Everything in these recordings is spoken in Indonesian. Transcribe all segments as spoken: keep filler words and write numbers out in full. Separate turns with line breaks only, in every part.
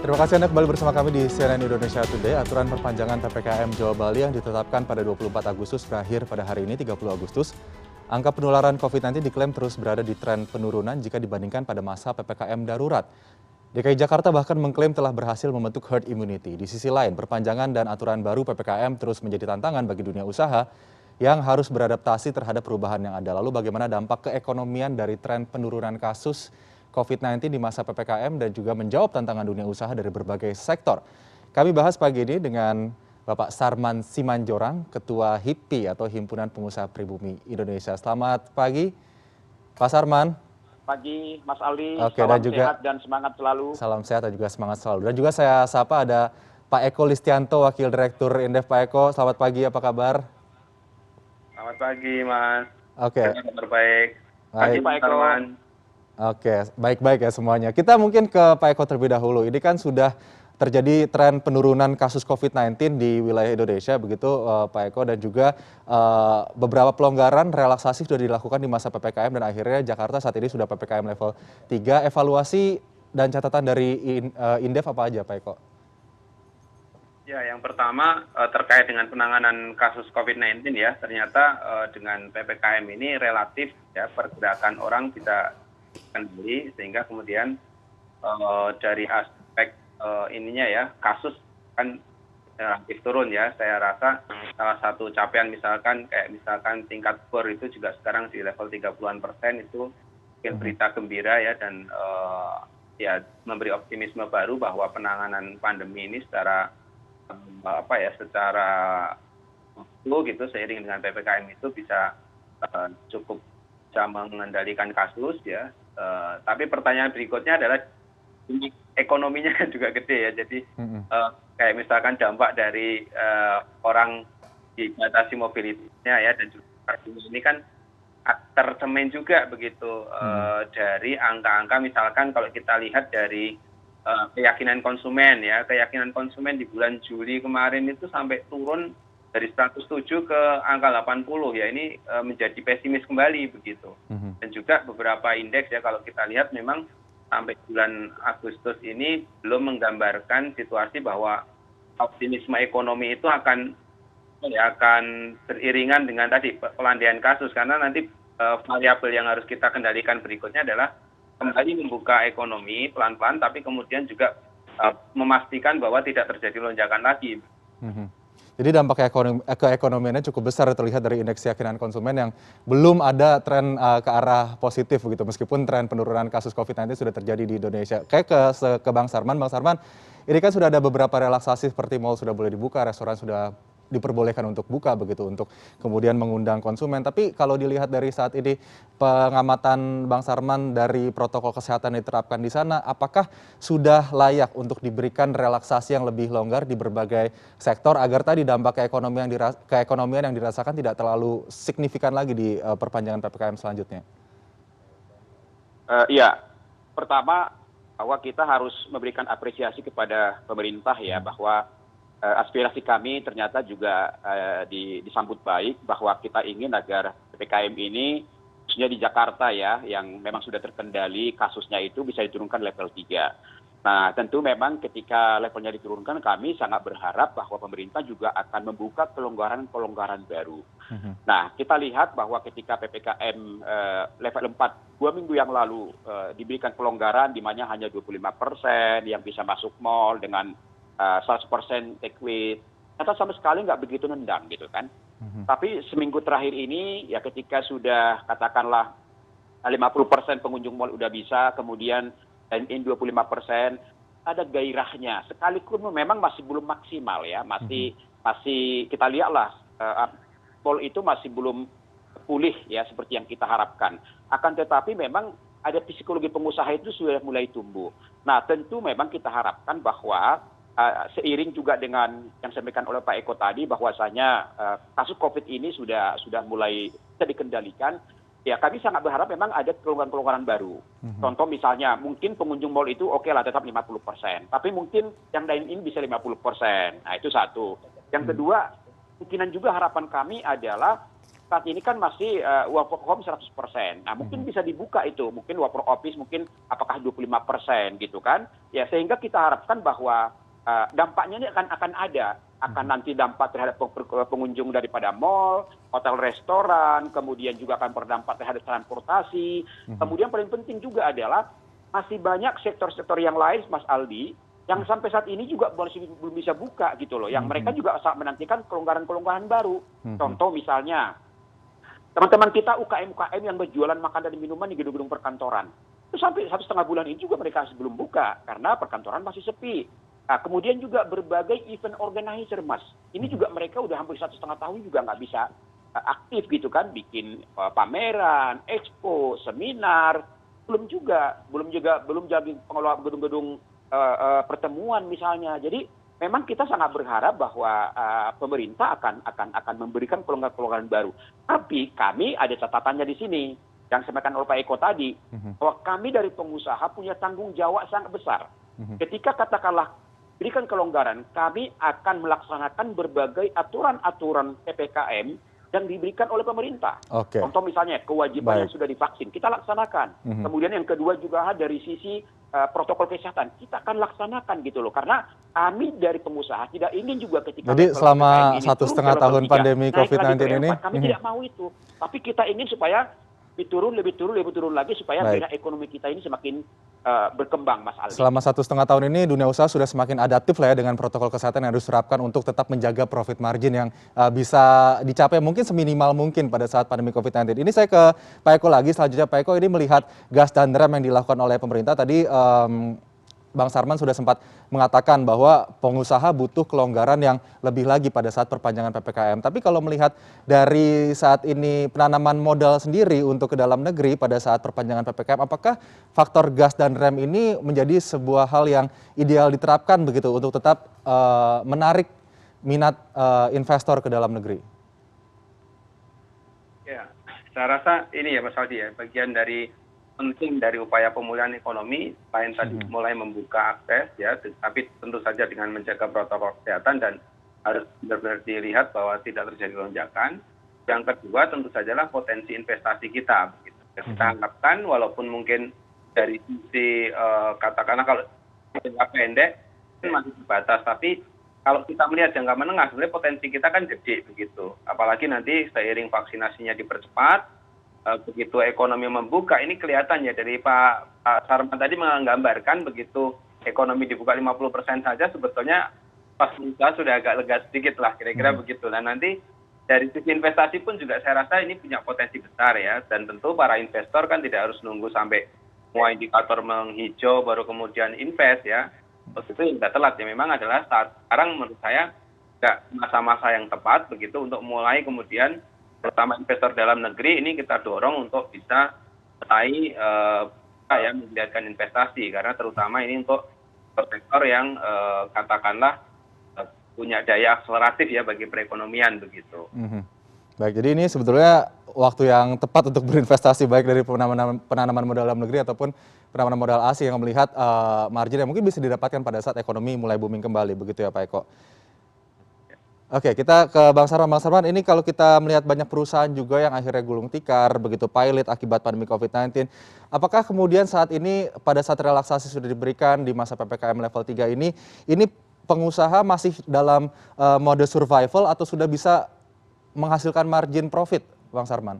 Terima kasih Anda kembali bersama kami di C N N Indonesia Today. Aturan perpanjangan P P K M Jawa Bali yang ditetapkan pada dua puluh empat Agustus berakhir pada hari ini tiga puluh Agustus. Angka penularan COVID sembilan belas diklaim terus berada di tren penurunan jika dibandingkan pada masa P P K M darurat. D K I Jakarta bahkan mengklaim telah berhasil membentuk herd immunity. Di sisi lain, perpanjangan dan aturan baru P P K M terus menjadi tantangan bagi dunia usaha yang harus beradaptasi terhadap perubahan yang ada. Lalu bagaimana dampak keekonomian dari tren penurunan kasus COVID sembilan belas di masa P P K M dan juga menjawab tantangan dunia usaha dari berbagai sektor. Kami bahas pagi ini dengan Bapak Sarman Simanjorang, Ketua H I P P I atau Himpunan Pengusaha Pribumi Indonesia. Selamat pagi, Pak Sarman.
Pagi, Mas Aldi.
Oke,
salam
dan juga,
sehat dan semangat selalu.
Salam sehat dan juga semangat selalu. Dan juga saya sapa ada Pak Eko Listianto, Wakil Direktur Indef. Pak Eko, selamat pagi, apa kabar?
Selamat pagi, Mas.
Oke.
Kabar baik.
Pagi, Pak Eko.
Oke, baik-baik ya semuanya. Kita mungkin ke Pak Eko terlebih dahulu. Ini kan sudah terjadi tren penurunan kasus COVID sembilan belas di wilayah Indonesia, begitu uh, Pak Eko, dan juga uh, beberapa pelonggaran relaksasi sudah dilakukan di masa P P K M dan akhirnya Jakarta saat ini sudah P P K M level tiga. Evaluasi dan catatan dari uh, Indef apa aja, Pak Eko?
Ya, yang pertama uh, terkait dengan penanganan kasus COVID sembilan belas ya, ternyata uh, dengan P P K M ini relatif ya pergerakan orang bisa kendali sehingga kemudian uh, dari aspek uh, ininya ya kasus kan relatif turun ya. Saya rasa salah satu capaian misalkan kayak misalkan tingkat bor itu juga sekarang di level tiga puluhan persen itu mungkin berita gembira ya dan uh, ya memberi optimisme baru bahwa penanganan pandemi ini secara uh, apa ya secara waktu gitu seiring dengan P P K M itu bisa uh, cukup bisa mengendalikan kasus ya. Uh, tapi pertanyaan berikutnya adalah ini ekonominya kan juga gede ya, jadi uh, kayak misalkan dampak dari uh, orang dibatasi mobilitasnya ya dan juga ini kan tercemin juga begitu uh, dari angka-angka misalkan kalau kita lihat dari uh, keyakinan konsumen ya, keyakinan konsumen di bulan Juli kemarin itu sampai turun dari seratus tujuh ke angka delapan puluh ya, ini uh, menjadi pesimis kembali begitu. Dan juga beberapa indeks ya kalau kita lihat memang sampai bulan Agustus ini belum menggambarkan situasi bahwa optimisme ekonomi itu akan ya, akan beriringan dengan tadi pelandaian kasus, karena nanti uh, variabel yang harus kita kendalikan berikutnya adalah kembali membuka ekonomi pelan-pelan tapi kemudian juga uh, memastikan bahwa tidak terjadi lonjakan lagi.
Jadi dampak ekonomi, keekonomiannya cukup besar terlihat dari indeks keyakinan konsumen yang belum ada tren uh, ke arah positif begitu, meskipun tren penurunan kasus COVID sembilan belas sudah terjadi di Indonesia. Kayak ke, ke Bang Sarman, Bang Sarman, ini kan sudah ada beberapa relaksasi seperti mal sudah boleh dibuka, restoran sudah diperbolehkan untuk buka begitu, untuk kemudian mengundang konsumen. Tapi kalau dilihat dari saat ini pengamatan Bang Sarman dari protokol kesehatan yang diterapkan di sana, apakah sudah layak untuk diberikan relaksasi yang lebih longgar di berbagai sektor agar tadi dampak keekonomian yang, diras keekonomian yang dirasakan tidak terlalu signifikan lagi di uh, perpanjangan P P K M selanjutnya?
Uh, iya, pertama bahwa kita harus memberikan apresiasi kepada pemerintah ya, bahwa Uh, aspirasi kami ternyata juga uh, di, disambut baik bahwa kita ingin agar P P K M ini khususnya di Jakarta ya yang memang sudah terkendali kasusnya itu bisa diturunkan level tiga. Nah tentu memang ketika levelnya diturunkan kami sangat berharap bahwa pemerintah juga akan membuka kelonggaran-kelonggaran baru. Uh-huh. Nah kita lihat bahwa ketika P P K M uh, level empat dua minggu yang lalu uh, diberikan pelonggaran di mana hanya dua puluh lima persen yang bisa masuk mal dengan Uh, seratus persen take away, atau sama sekali nggak begitu nendang gitu kan. Mm-hmm. Tapi seminggu terakhir ini ya ketika sudah katakanlah lima puluh persen pengunjung mal udah bisa, kemudian dine-in dua puluh lima persen, ada gairahnya. Sekalipun memang masih belum maksimal ya, masih mm-hmm. masih kita lihatlah uh, mal itu masih belum pulih ya seperti yang kita harapkan. Akan tetapi memang ada psikologi pengusaha itu sudah mulai tumbuh. Nah tentu memang kita harapkan bahwa Uh, seiring juga dengan yang disampaikan oleh Pak Eko tadi bahwasanya uh, kasus COVID ini sudah sudah mulai bisa dikendalikan, ya kami sangat berharap memang ada kelonggaran-kelonggaran baru. Mm-hmm. Contoh misalnya mungkin pengunjung mal itu oke okay lah tetap lima puluh persen, tapi mungkin yang dine-in bisa lima puluh persen. Nah itu satu. Yang kedua, kemungkinan juga harapan kami adalah saat ini kan masih uh, work from home seratus persen. Nah, mungkin bisa dibuka itu, mungkin work from office mungkin apakah dua puluh lima persen gitu kan. Ya, sehingga kita harapkan bahwa uh, dampaknya ini akan akan ada, akan nanti dampak terhadap pengunjung daripada mall, hotel, restoran, kemudian juga akan berdampak terhadap transportasi. Kemudian paling penting juga adalah masih banyak sektor-sektor yang lain, Mas Aldi, yang sampai saat ini juga masih belum bisa buka gitu loh, yang mereka juga sangat menantikan kelonggaran-kelonggaran baru. Contoh misalnya, teman-teman kita U K M U K M yang berjualan makanan dan minuman di gedung-gedung perkantoran, itu sampai satu setengah bulan ini juga mereka masih belum buka, karena perkantoran masih sepi. Nah, kemudian juga berbagai event organizer, Mas. Ini juga mereka udah hampir satu setengah tahun juga nggak bisa uh, aktif gitu kan, bikin uh, pameran, expo, seminar, belum juga, belum juga, belum jadi pengelola gedung-gedung Uh, uh, pertemuan misalnya. Jadi memang kita sangat berharap bahwa uh, pemerintah akan akan akan memberikan kelonggaran-kelonggaran baru. Tapi kami ada catatannya di sini yang disampaikan oleh Pak Eko tadi, bahwa kami dari pengusaha punya tanggung jawab sangat besar. Ketika katakanlah berikan kelonggaran, kami akan melaksanakan berbagai aturan-aturan P P K M yang diberikan oleh pemerintah.
Oke.
Contoh misalnya kewajiban
Baik.
yang sudah divaksin, kita laksanakan. Kemudian yang kedua juga dari sisi Uh, protokol kesehatan kita akan laksanakan gitu loh, karena kami dari pengusaha tidak ingin juga ketika
Jadi selama satu
turun
setengah
ke level
tahun
tiga,
pandemi
naik
COVID
lagi
sembilan
ke
belas ini,
level empat. Kami
mhm.
tidak mau itu, tapi kita ingin supaya lebih turun, lebih turun, lebih turun lagi supaya
Baik.
biar ekonomi kita ini semakin uh, berkembang, Mas Aldi.
Selama satu setengah tahun ini dunia usaha sudah semakin adaptif lah ya dengan protokol kesehatan yang harus diterapkan untuk tetap menjaga profit margin yang uh, bisa dicapai mungkin seminimal mungkin pada saat pandemi COVID sembilan belas. Ini saya ke Pak Eko lagi, selanjutnya Pak Eko ini melihat gas dan rem yang dilakukan oleh pemerintah tadi, um, Bang Sarman sudah sempat mengatakan bahwa pengusaha butuh kelonggaran yang lebih lagi pada saat perpanjangan P P K M. Tapi kalau melihat dari saat ini penanaman modal sendiri untuk ke dalam negeri pada saat perpanjangan P P K M, apakah faktor gas dan rem ini menjadi sebuah hal yang ideal diterapkan begitu untuk tetap uh, menarik minat uh, investor ke dalam negeri?
Ya, saya rasa ini ya Mas Aldi ya, bagian dari penting dari upaya pemulihan ekonomi, selain tadi mulai membuka akses ya, tapi tentu saja dengan menjaga protokol kesehatan dan harus benar-benar dilihat bahwa tidak terjadi lonjakan. Yang kedua tentu sajalah potensi investasi kita. Begitu. Kita harapkan walaupun mungkin dari sisi uh, katakanlah kalau jangka pendek masih terbatas, tapi kalau kita melihat jangka menengah sebenarnya potensi kita kan gede begitu. Apalagi nanti seiring vaksinasinya dipercepat, begitu ekonomi membuka, ini kelihatan ya dari Pak, Pak Sarman tadi menggambarkan begitu ekonomi dibuka lima puluh persen saja sebetulnya pas usaha sudah agak lega sedikit lah kira-kira hmm. begitu. Nah nanti dari sisi investasi pun juga saya rasa ini punya potensi besar ya, dan tentu para investor kan tidak harus nunggu sampai semua indikator menghijau baru kemudian invest ya. Terus itu yang tidak telat ya, memang adalah saat sekarang menurut saya juga masa-masa yang tepat begitu untuk mulai kemudian terutama investor dalam negeri ini kita dorong untuk bisa mulai uh, ya menjadikan investasi, karena terutama ini untuk sektor yang uh, katakanlah uh, punya daya akseleratif ya bagi perekonomian begitu. Mm-hmm.
Baik, jadi ini sebetulnya waktu yang tepat untuk berinvestasi baik dari penanaman, penanaman modal dalam negeri ataupun penanaman modal asing yang melihat uh, margin yang mungkin bisa didapatkan pada saat ekonomi mulai booming kembali, begitu ya Pak Eko? Oke, kita ke Bang Sarman. Bang Sarman, ini kalau kita melihat banyak perusahaan juga yang akhirnya gulung tikar, begitu pilot akibat pandemi COVID sembilan belas. Apakah kemudian saat ini, pada saat relaksasi sudah diberikan di masa P P K M level tiga ini, ini pengusaha masih dalam uh, mode survival atau sudah bisa menghasilkan margin profit, Bang Sarman?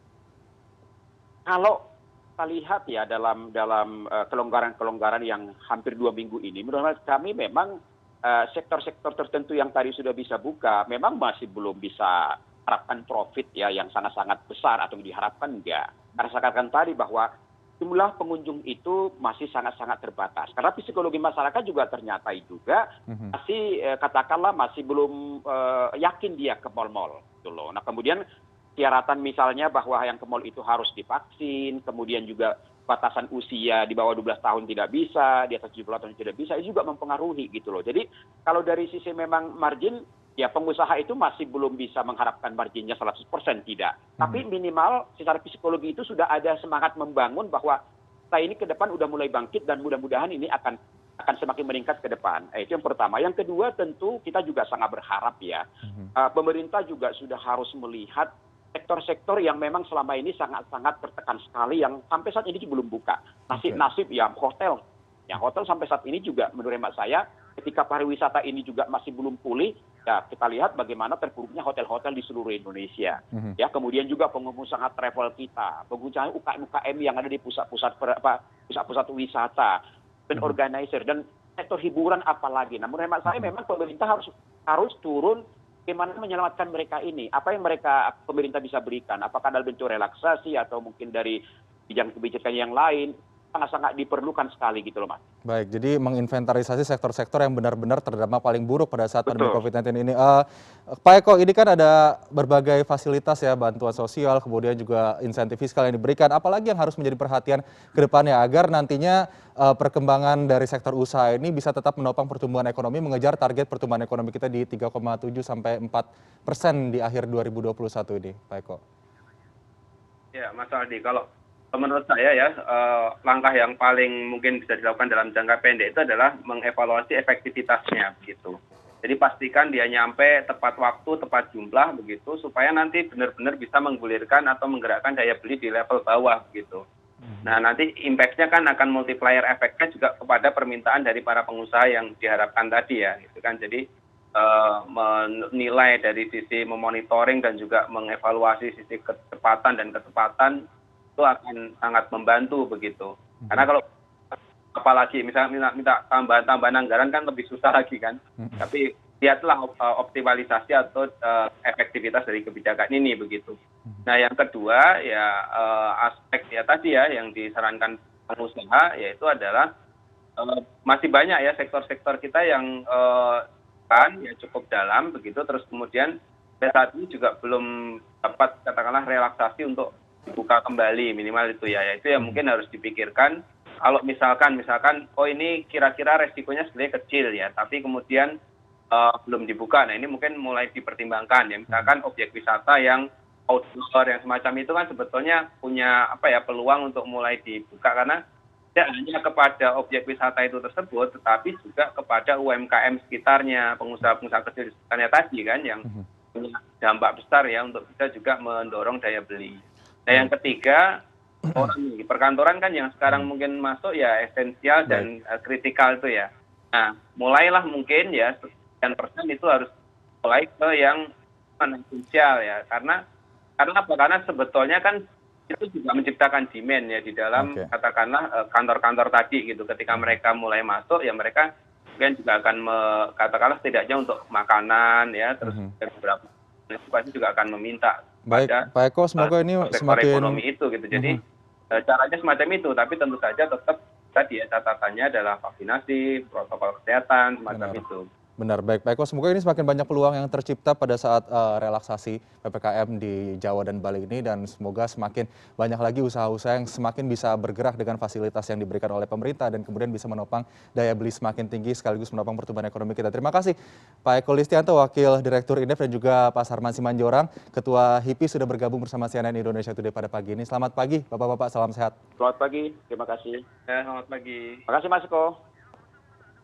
Kalau kita lihat ya dalam dalam uh, kelonggaran-kelonggaran yang hampir dua minggu ini, menurut kami memang sektor-sektor uh, tertentu yang tadi sudah bisa buka, memang masih belum bisa harapkan profit ya yang sangat-sangat besar atau diharapkan enggak. Karena saya katakan tadi bahwa jumlah pengunjung itu masih sangat-sangat terbatas. Karena psikologi masyarakat juga ternyata juga masih eh, katakanlah masih belum eh, yakin dia ke mal-mal gitu loh. Nah kemudian syaratan misalnya bahwa yang ke mal itu harus divaksin, kemudian juga batasan usia di bawah dua belas tahun tidak bisa, di atas tujuh puluh tahun tidak bisa, itu juga mempengaruhi gitu loh. Jadi kalau dari sisi memang margin, ya pengusaha itu masih belum bisa mengharapkan marginnya seratus persen tidak. Hmm. Tapi minimal secara psikologi itu sudah ada semangat membangun bahwa kita ini ke depan udah mulai bangkit dan mudah-mudahan ini akan akan semakin meningkat ke depan. Eh, itu yang pertama. Yang kedua tentu kita juga sangat berharap ya, hmm. uh, pemerintah juga sudah harus melihat sektor-sektor yang memang selama ini sangat-sangat tertekan sekali yang sampai saat ini belum buka. Nasib-nasib ya hotel. Ya hotel sampai saat ini juga menurut hemat saya ketika pariwisata ini juga masih belum pulih, ya kita lihat bagaimana terpuruknya hotel-hotel di seluruh Indonesia. Mm-hmm. Ya kemudian juga pengusaha travel kita, pengusaha U K M U K M yang ada di pusat-pusat apa pusat-pusat wisata dan mm-hmm. organizer dan sektor hiburan apalagi. Namun hemat saya memang pemerintah harus harus turun bagaimana menyelamatkan mereka ini. Apa yang mereka pemerintah bisa berikan? Apakah dalam bentuk relaksasi atau mungkin dari kebijakan-kebijakan yang lain? Sangat-sangat diperlukan sekali gitu loh Mas.
Baik, jadi menginventarisasi sektor-sektor yang benar-benar terdampak paling buruk pada saat pandemi covid sembilan belas ini. Uh, Pak Eko, ini kan ada berbagai fasilitas ya, bantuan sosial, kemudian juga insentif fiskal yang diberikan. Apalagi yang harus menjadi perhatian ke depannya agar nantinya uh, perkembangan dari sektor usaha ini bisa tetap menopang pertumbuhan ekonomi, mengejar target pertumbuhan ekonomi kita di tiga koma tujuh sampai empat persen di akhir dua ribu dua puluh satu ini, Pak Eko.
Ya, Mas Aldi, kalau menurut saya ya eh, langkah yang paling mungkin bisa dilakukan dalam jangka pendek itu adalah mengevaluasi efektivitasnya begitu. Jadi pastikan dia nyampe tepat waktu, tepat jumlah begitu supaya nanti benar-benar bisa menggulirkan atau menggerakkan daya beli di level bawah begitu. Nah nanti impact-nya kan akan multiplier efeknya juga kepada permintaan dari para pengusaha yang diharapkan tadi ya gitu kan. Jadi eh, menilai dari sisi memonitoring dan juga mengevaluasi sisi kecepatan dan ketepatan itu akan sangat membantu begitu. Karena kalau apalagi misalnya minta, minta tambahan-tambahan anggaran kan lebih susah lagi kan. Hmm. Tapi lihatlah uh, optimalisasi atau uh, efektivitas dari kebijakan ini begitu. Hmm. Nah yang kedua ya uh, aspek ya tadi ya yang disarankan pengusaha yaitu adalah uh, masih banyak ya sektor-sektor kita yang uh, kan ya cukup dalam begitu. Terus kemudian saat ini juga belum dapat katakanlah relaksasi untuk buka kembali minimal itu ya, itu yang mungkin harus dipikirkan. Kalau misalkan misalkan oh ini kira-kira resikonya sebenarnya kecil ya, tapi kemudian uh, belum dibuka. Nah ini mungkin mulai dipertimbangkan ya. Misalkan objek wisata yang outdoor yang semacam itu kan sebetulnya punya apa ya peluang untuk mulai dibuka karena tidak hanya kepada objek wisata itu tersebut, tetapi juga kepada U M K M sekitarnya, pengusaha-pengusaha kecil sekitarnya tadi kan yang punya dampak besar ya untuk bisa juga mendorong daya beli. Nah yang ketiga, orang nih, perkantoran kan yang sekarang mungkin masuk ya esensial dan uh, kritikal itu ya. Nah mulailah mungkin ya sekian persen itu harus mulai ke yang esensial ya. Karena karena apa? Karena sebetulnya kan itu juga menciptakan demand ya di dalam okay. katakanlah uh, kantor-kantor tadi gitu. Ketika mereka mulai masuk ya mereka mungkin juga akan me, katakanlah setidaknya untuk makanan ya terus mm-hmm. beberapa pasti juga akan meminta.
Baik, Pak Eko, semoga ini semakin
ekonomi itu gitu. Jadi uh-huh. caranya semacam itu, tapi tentu saja tetap tadi ya catatannya adalah vaksinasi, protokol kesehatan semacam Benar. itu.
Benar, baik Pak Eko, semoga ini semakin banyak peluang yang tercipta pada saat uh, relaksasi P P K M di Jawa dan Bali ini dan semoga semakin banyak lagi usaha-usaha yang semakin bisa bergerak dengan fasilitas yang diberikan oleh pemerintah dan kemudian bisa menopang daya beli semakin tinggi sekaligus menopang pertumbuhan ekonomi kita. Terima kasih Pak Eko Listianto, Wakil Direktur Indef dan juga Pak Sarman Simanjorang, Ketua H I P I sudah bergabung bersama C N N Indonesia Today pada pagi ini. Selamat pagi Bapak-Bapak, salam sehat.
Selamat pagi, terima kasih.
Ya, selamat pagi.
Terima kasih Mas Eko.